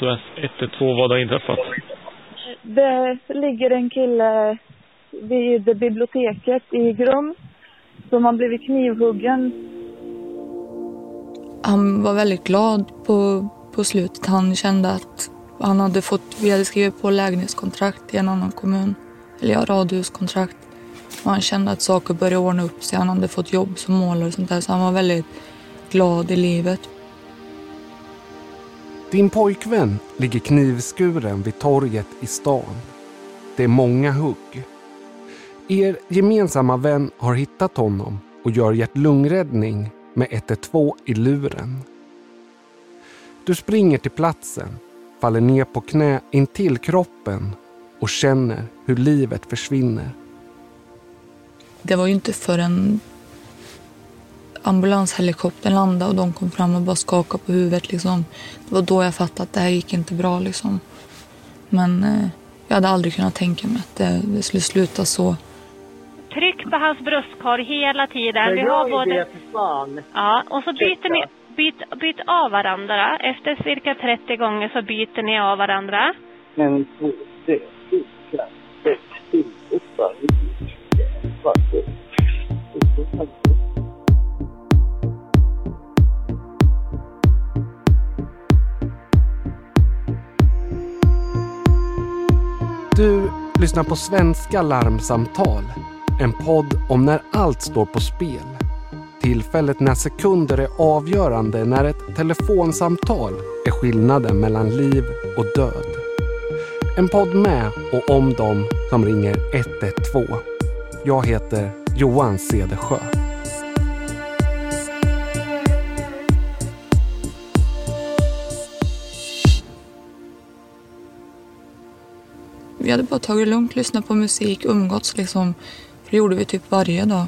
SOS 112, vad har inträffat? Det ligger en kille vid biblioteket i Grum som har blivit knivhuggen. Han var väldigt glad på slutet. Han kände att vi hade skrivit på lägenhetskontrakt i en annan kommun. Eller ja, radhuskontrakt. Och han kände att saker började ordna upp sig. Han hade fått jobb som målare och sånt där. Så han var väldigt glad i livet. Din pojkvän ligger knivskuren vid torget i stan. Det är många hugg. Er gemensamma vän har hittat honom och gör hjärt-lungräddning med 112 i luren. Du springer till platsen, faller ner på knä intill kroppen och känner hur livet försvinner. Det var ju inte förrän ambulanshelikoptern landade och de kom fram och bara skakade på huvudet liksom. Det var då jag fattade att det här gick inte bra liksom. Men jag hade aldrig kunnat tänka mig att det skulle sluta så. Tryck på hans bröstkorg hela tiden. Vi har både... Ja, och så byt av varandra. Efter cirka 30 gånger så byter ni av varandra. Men det Du lyssnar på Svenska larmsamtal. En podd om när allt står på spel. Tillfället när sekunder är avgörande, när ett telefonsamtal är skillnaden mellan liv och död. En podd med och om dem som ringer 112. Jag heter Johan Cedersjö. Vi hade bara tagit det lugnt, lyssnat på musik, umgåtts liksom. För det gjorde vi typ varje dag.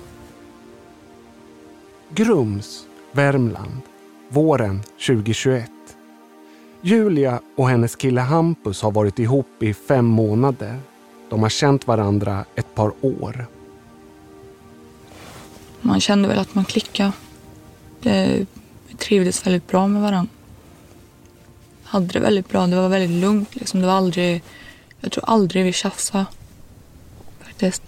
Grums, Värmland, våren 2021. Julia och hennes kille Hampus har varit ihop i 5 månader. De har känt varandra ett par år. Man kände väl att man klickade. Vi trivdes väldigt bra med varandra. Hade det väldigt bra, det var väldigt lugnt liksom. Det var aldrig... Jag tror aldrig vi tjafsade, faktiskt.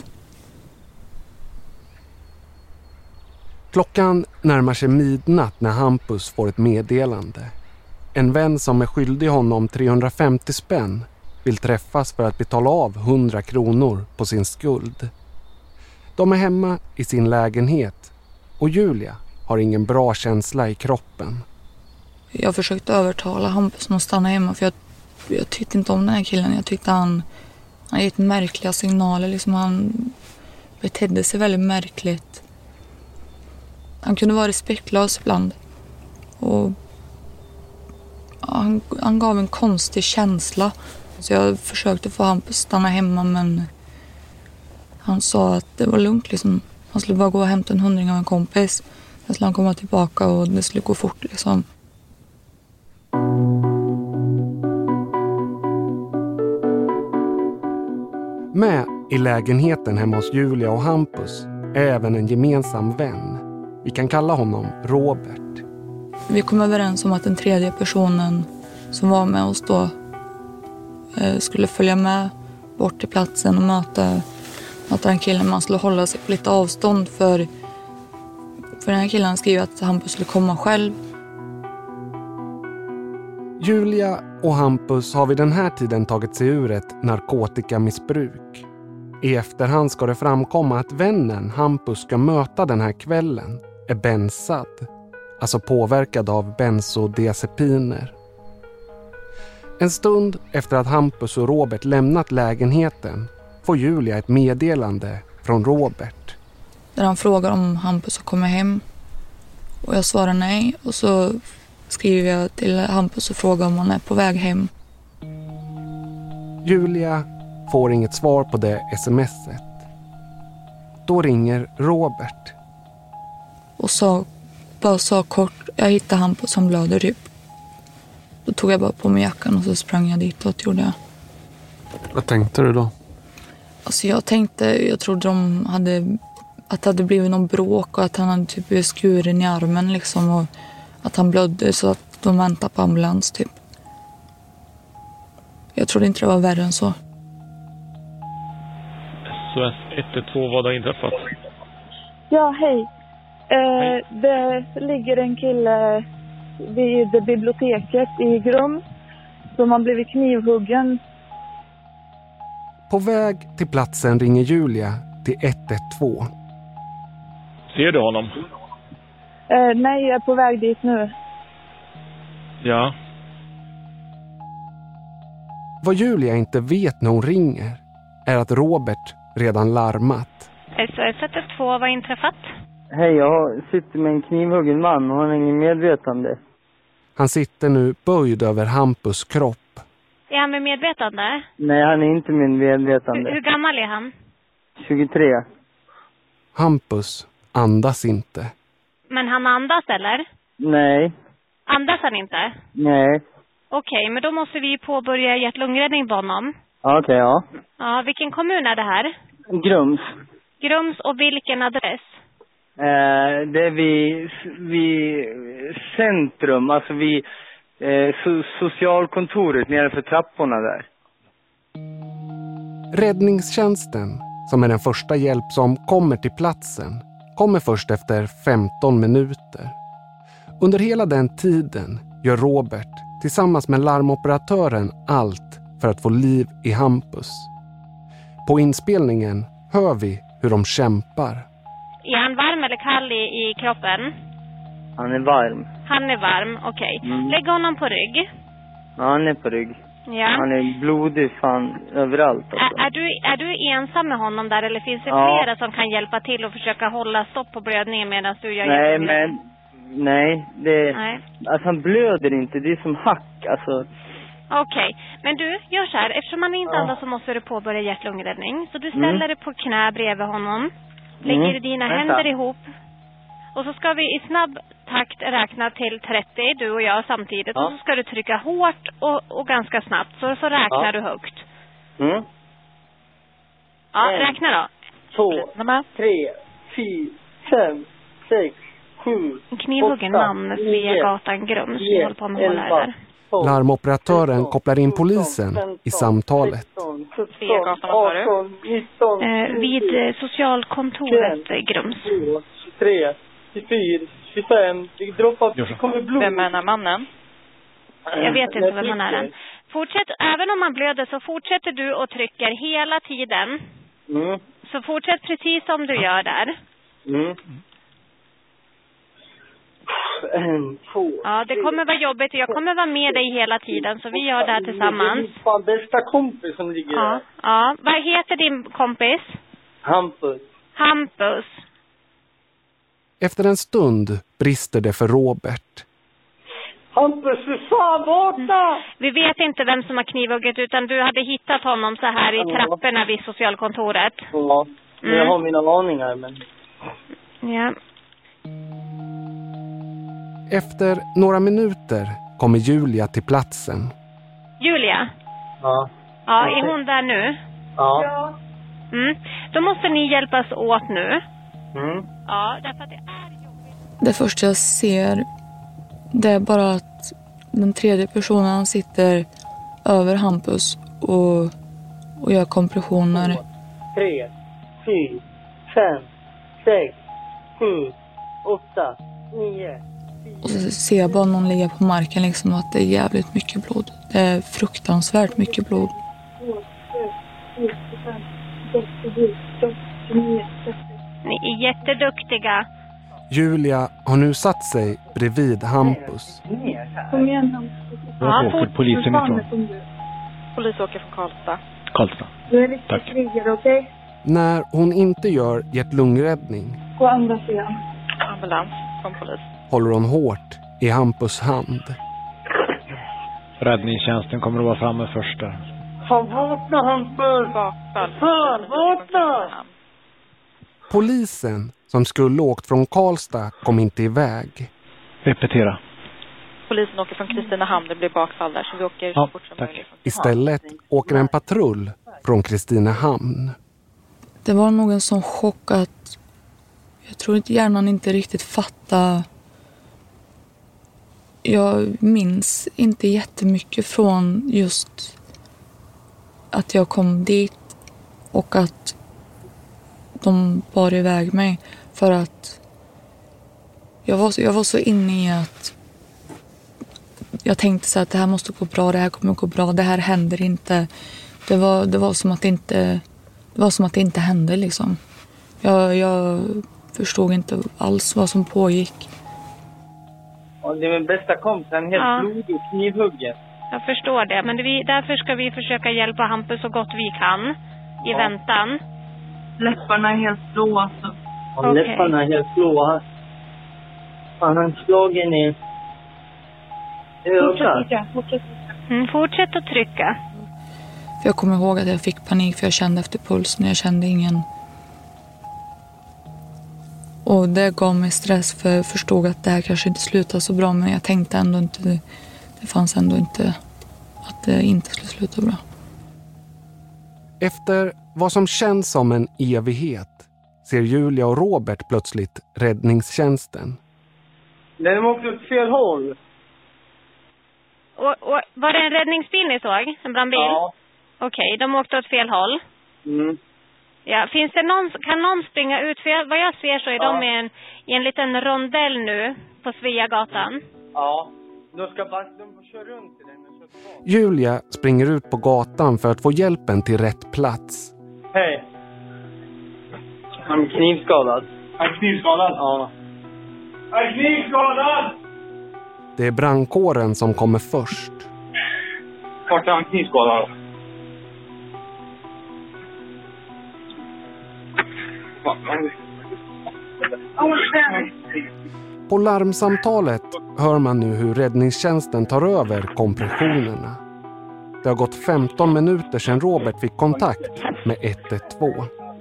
Klockan närmar sig midnatt när Hampus får ett meddelande. En vän som är skyldig honom 350 spänn vill träffas för att betala av 100 kronor på sin skuld. De är hemma i sin lägenhet och Julia har ingen bra känsla i kroppen. Jag försökte övertala Hampus att stanna hemma för jag tyckte inte om den här killen. Jag tyckte han gett märkliga signaler. Liksom han betedde sig väldigt märkligt. Han kunde vara respektlös ibland. Och han gav en konstig känsla. Så jag försökte få Hampus att stanna hemma, men han sa att det var lugnt. Liksom. Han skulle bara gå och hämta en 100 av en kompis. Sen skulle han komma tillbaka och det skulle gå fort liksom. Med i lägenheten hemma hos Julia och Hampus är även en gemensam vän. Vi kan kalla honom Robert. Vi kom överens om att den tredje personen som var med oss då skulle följa med bort till platsen och möta den killen. Man skulle hålla sig på lite avstånd för den här killen skrev att Hampus skulle komma själv. Julia och Hampus har vid den här tiden tagit sig ur ett narkotikamissbruk. I efterhand ska det framkomma att vännen Hampus ska möta den här kvällen är bensad, alltså påverkad av bensodiazepiner. En stund efter att Hampus och Robert lämnat lägenheten får Julia ett meddelande från Robert. Där han frågar om Hampus har kommit hem. Och jag svarar nej. Och så skriver jag till Hampus och frågar om han är på väg hem. Julia får inget svar på det smset. Då ringer Robert. Och sa kort, jag hittade Hampus som blöder typ. Då tog jag bara på mig jackan och så sprang jag dit och gjorde jag. Vad tänkte du då? Alltså jag trodde att det hade blivit någon bråk och att han hade typ blivit skuren i armen liksom och att han blödde så att de väntade på ambulans typ. Jag trodde inte det var värre än så. SOS 112, vad har inträffat? Ja, hej. Det ligger en kille vid biblioteket i Grum som har blivit knivhuggen. På väg till platsen ringer Julia till 112. Ser du honom? Nej, jag är på väg dit nu. Ja. Vad Julia inte vet när hon ringer är att Robert redan larmat. SOS 112, vad har inträffat? Hej, jag sitter med en knivhuggen man och han är ingen medvetande. Han sitter nu böjd över Hampus kropp. Är han med medvetande? Nej, han är inte med medvetande. Hur gammal är han? 23. Hampus andas inte. Men han andas eller? Nej. Andas han inte? Nej. Okej, men då måste vi påbörja hjärt-lungräddning på honom. Okej, ja. Ja, vilken kommun är det här? Grums. Grums och vilken adress? Det är vid centrum, alltså vid socialkontoret nere för trapporna där. Räddningstjänsten, som är den första hjälp som kommer till platsen, kommer först efter 15 minuter. Under hela den tiden gör Robert tillsammans med larmoperatören allt för att få liv i Hampus. På inspelningen hör vi hur de kämpar. Är han varm eller kall i kroppen? Han är varm. Han är varm, okej. Lägg honom på rygg. Ja, han är på rygg. Ja. Han är blodig fan överallt. Alltså. Är du ensam med honom där eller finns det flera som kan hjälpa till och försöka hålla stopp på blödningen medan du gör hjälp? Nej, alltså han blöder inte, det är som hack, alltså. Okej, men du, gör så här. Eftersom han inte andas så måste du påbörja hjärt-lungräddning. Så du ställer dig på knä bredvid honom. Lägger dina händer ihop. Och så ska vi i snabb takt räkna till 30, du och jag samtidigt. Och så ska du trycka hårt och ganska snabbt. Så räknar du högt. Ja, räkna då. 2, 3, 4, 5, 6, 7, knivhuggen man Sveagatan Grums. Vi håller på med att hålla där. Larmoperatören kopplar in polisen i samtalet. Sveagatan, vad sa du? Vid socialkontoret Grums. 23, 24, 25. Det kommer blod. Vem är den här mannen? Jag vet inte vem han är. Fortsätt, även om man blöder så fortsätter du och trycker hela tiden. Så fortsätt precis som du gör där. Ja, det kommer vara jobbigt. Jag kommer vara med dig hela tiden. Så vi gör det här tillsammans. Det är min fan bästa kompis som ligger där. Ja, vad heter din kompis? Hampus. Efter en stund brister det för Robert. Hampus, för fan, vakna! Vi vet inte vem som har knivhugget utan du hade hittat honom så här i trapporna vid socialkontoret. Ja, jag har mina aningar, men... Ja. Efter några minuter kommer Julia till platsen. Julia? Ja. Ja, är hon där nu? Ja. Då måste ni hjälpas åt nu. Ja, därför att det är jobbigt. Det första jag ser, det är bara att den tredje personen sitter över Hampus och gör kompressioner. 3, 4, 5, 6, 7, 8, 9. Och så ser jag bara någon ligga på marken liksom, att det är jävligt mycket blod. Det är fruktansvärt mycket blod. Ni är jätteduktiga. Julia har nu satt sig bredvid Hampus. Kom igen, Hampus. Var åker polisen ifrån? Polis åker från Karlstad. Du är riktigt krigare, okej? När hon inte gör hjärt-lungräddning På andra sidan. Ambulans från polis. håller hon hårt i Hampus hand. Räddningstjänsten kommer att vara framme först där. Fan, vakna, Hampus! Fan, vakna! Polisen som skulle åkt från Karlstad kom inte iväg. Repetera. Polisen åker från Kristinehamn, det blir bakfall där så vi åker så fort som möjligt. Istället åker en patrull från Kristinehamn. Det var nog en sån chock att jag tror att hjärnan inte riktigt fattar. Jag minns inte jättemycket från just att jag kom dit och att de bar iväg mig för att jag var så inne i att jag tänkte så att det här måste gå bra, det här kommer gå bra, det här händer inte. Det var som att det inte hände liksom. Jag förstod inte alls vad som pågick. Ja, det är min bästa kompis, han är helt blodig och knivhuggen. Jag förstår det, men därför ska vi försöka hjälpa Hampus så gott vi kan i väntan. Läpparna är helt blå alltså. Ja, läpparna är helt blå. Han har slagen i ögat. Fortsätt att trycka. För jag kommer ihåg att jag fick panik för jag kände efter pulsen, jag kände ingen. Och det gav mig stress för jag förstod att det här kanske inte slutar så bra, men jag tänkte ändå inte, det fanns ändå inte att det inte skulle sluta bra. Efter vad som känns som en evighet ser Julia och Robert plötsligt räddningstjänsten. Den åkte åt fel håll. Och var det en räddningsbil ni såg? En brandbil? Ja. Okej, de åkte åt fel håll. Mm. Ja, kan någon springa ut? För vad jag ser så är de i en liten rondell nu på Sveagatan. Ja, de får köra runt i den. Julia springer ut på gatan för att få hjälpen till rätt plats. Hej. Han är knivskadad. Han är knivskadad? Ja. Han är knivskadad! Det är brandkåren som kommer först. Vart är han knivskadad? På larmsamtalet hör man nu hur räddningstjänsten tar över kompressionerna. Det har gått 15 minuter sedan Robert fick kontakt med 112.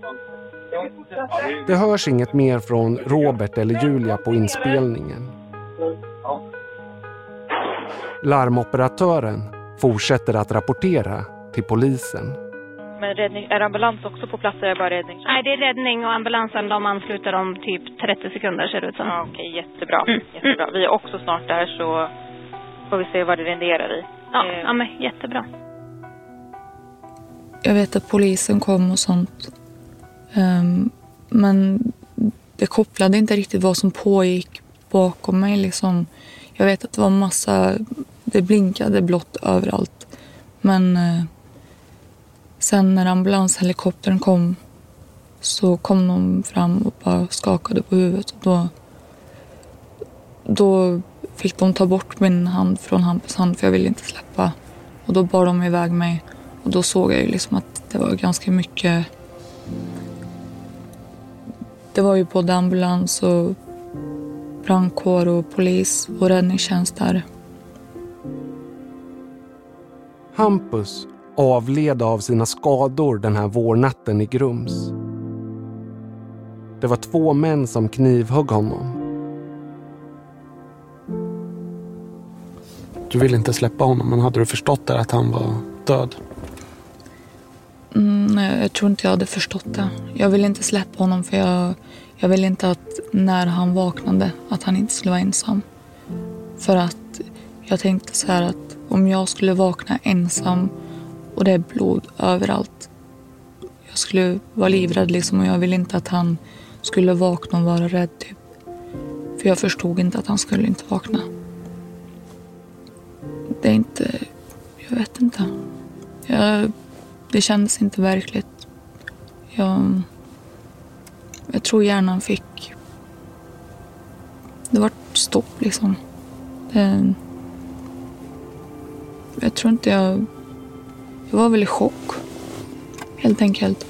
Det hörs inget mer från Robert eller Julia på inspelningen. Larmoperatören fortsätter att rapportera till polisen. Men är ambulans också på plats eller bara räddning? Nej, det är räddning och ambulansen, de ansluter om typ 30 sekunder ser det ut som. Ja, okej, jättebra. Jättebra. Vi är också snart där så får vi se vad det renderar i. Ja, men jättebra. Jag vet att polisen kom och sånt. Men det kopplade inte riktigt vad som pågick bakom mig liksom. Jag vet att det var det blinkade blått överallt. Men sen när ambulanshelikoptern kom så kom de fram och bara skakade på huvudet. Och då fick de ta bort min hand från Hampus hand för jag ville inte släppa. Och då bar de iväg mig. Och då såg jag ju liksom att det var ganska mycket. Det var ju både ambulans och brandkår och polis och räddningstjänst där. Hampus avled av sina skador den här vårnatten i Grums. Det var 2 män som knivhögg honom. Du ville inte släppa honom, men hade du förstått det att han var död? Nej, jag tror inte jag hade förstått det. Jag ville inte släppa honom för jag ville inte att när han vaknade att han inte skulle vara ensam. För att jag tänkte så här att om jag skulle vakna ensam och det är blod överallt. Jag skulle vara livrädd liksom och jag ville inte att han skulle vakna och vara rädd typ. För jag förstod inte att han skulle inte vakna. Det är inte, jag vet inte. Det kändes inte verkligt. Jag tror hjärnan fick. Det var stopp liksom. Jag tror inte jag var väl i chock. Helt enkelt.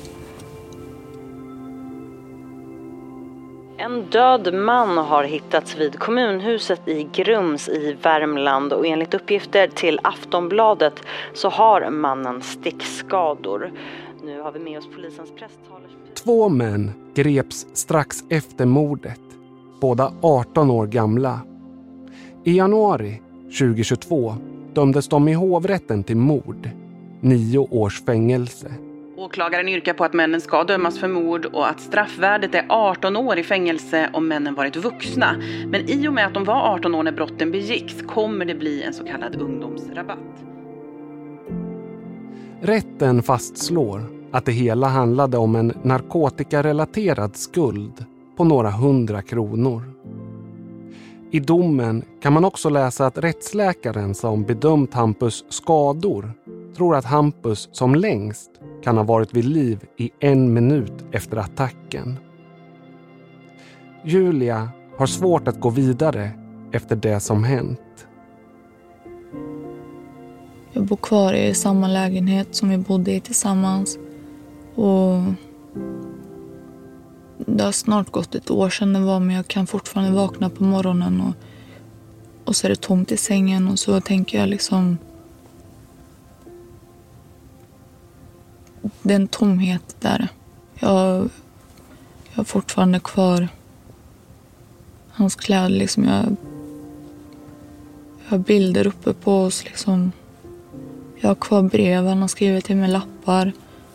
En död man har hittats vid kommunhuset i Grums i Värmland och enligt uppgifter till Aftonbladet så har mannen stickskador. Nu har vi med oss polisens presstalare. 2 män greps strax efter mordet, båda 18 år gamla. I januari 2022 dömdes de i hovrätten till mord, 9 års fängelse. Åklagaren yrkar på att männen ska dömas för mord och att straffvärdet är 18 år i fängelse om männen varit vuxna. Men i och med att de var 18 år när brotten begicks kommer det bli en så kallad ungdomsrabatt. Rätten fastslår att det hela handlade om en narkotikarelaterad skuld på några 100 kronor. I domen kan man också läsa att rättsläkaren som bedömt Hampus skador tror att Hampus som längst kan ha varit vid liv i 1 minut efter attacken. Julia har svårt att gå vidare efter det som hänt. Jag bor kvar i samma lägenhet som vi bodde i tillsammans. Och det har snart gått 1 år sedan det var, men jag kan fortfarande vakna på morgonen och så är det tomt i sängen och så tänker jag liksom... Det är en tomhet där. Jag har fortfarande kvar hans kläder liksom. Jag har bilder uppe på oss liksom. Jag har kvar brev, han har skrivit till mig lappar.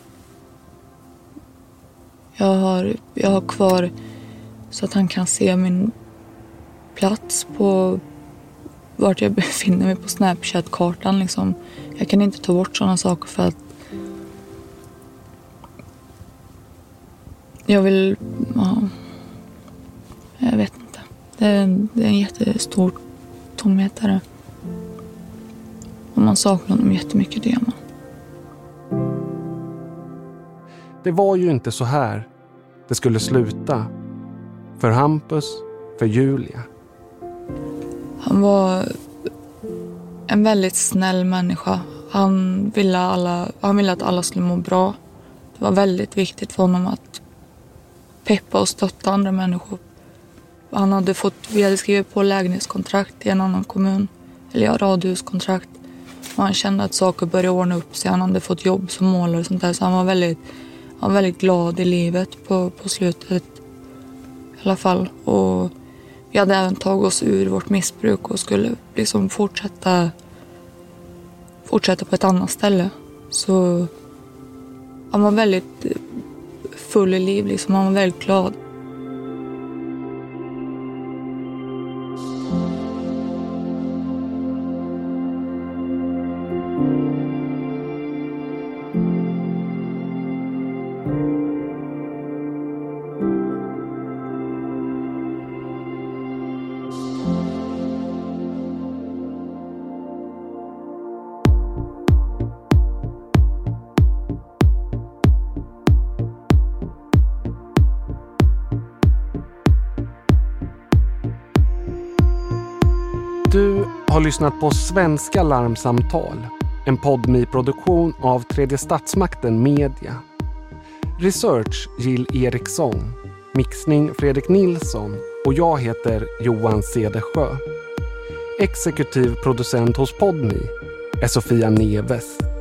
Jag har kvar så att han kan se min plats på vart jag befinner mig på Snapchat-kartan liksom. Jag kan inte ta bort sådana saker för att jag vill, ja, jag vet inte. Det är en jättestor tomhet där. Och man saknar honom jättemycket, det man. Det var ju inte så här det skulle sluta. För Hampus, för Julia. Han var en väldigt snäll människa. Han ville att alla skulle må bra. Det var väldigt viktigt för honom att peppa och stötta andra människor. Vi hade skrivit på lägenhetskontrakt i en annan kommun. Eller ja, radhuskontrakt. Och han kände att saker började ordna upp sig. Han hade fått jobb som målare och sånt där. Så han var väldigt glad i livet på slutet. I alla fall. Och vi hade även tagit oss ur vårt missbruk och skulle liksom fortsätta på ett annat ställe. Så han var väldigt full i liv liksom. Han var väldigt glad. Du har lyssnat på Svenska larmsamtal, en Podmi-produktion av Tredje Statsmakten Media. Research Jill Eriksson, mixning Fredrik Nilsson och jag heter Johan Cedersjö. Exekutiv producent hos Podmi är Sofia Neves.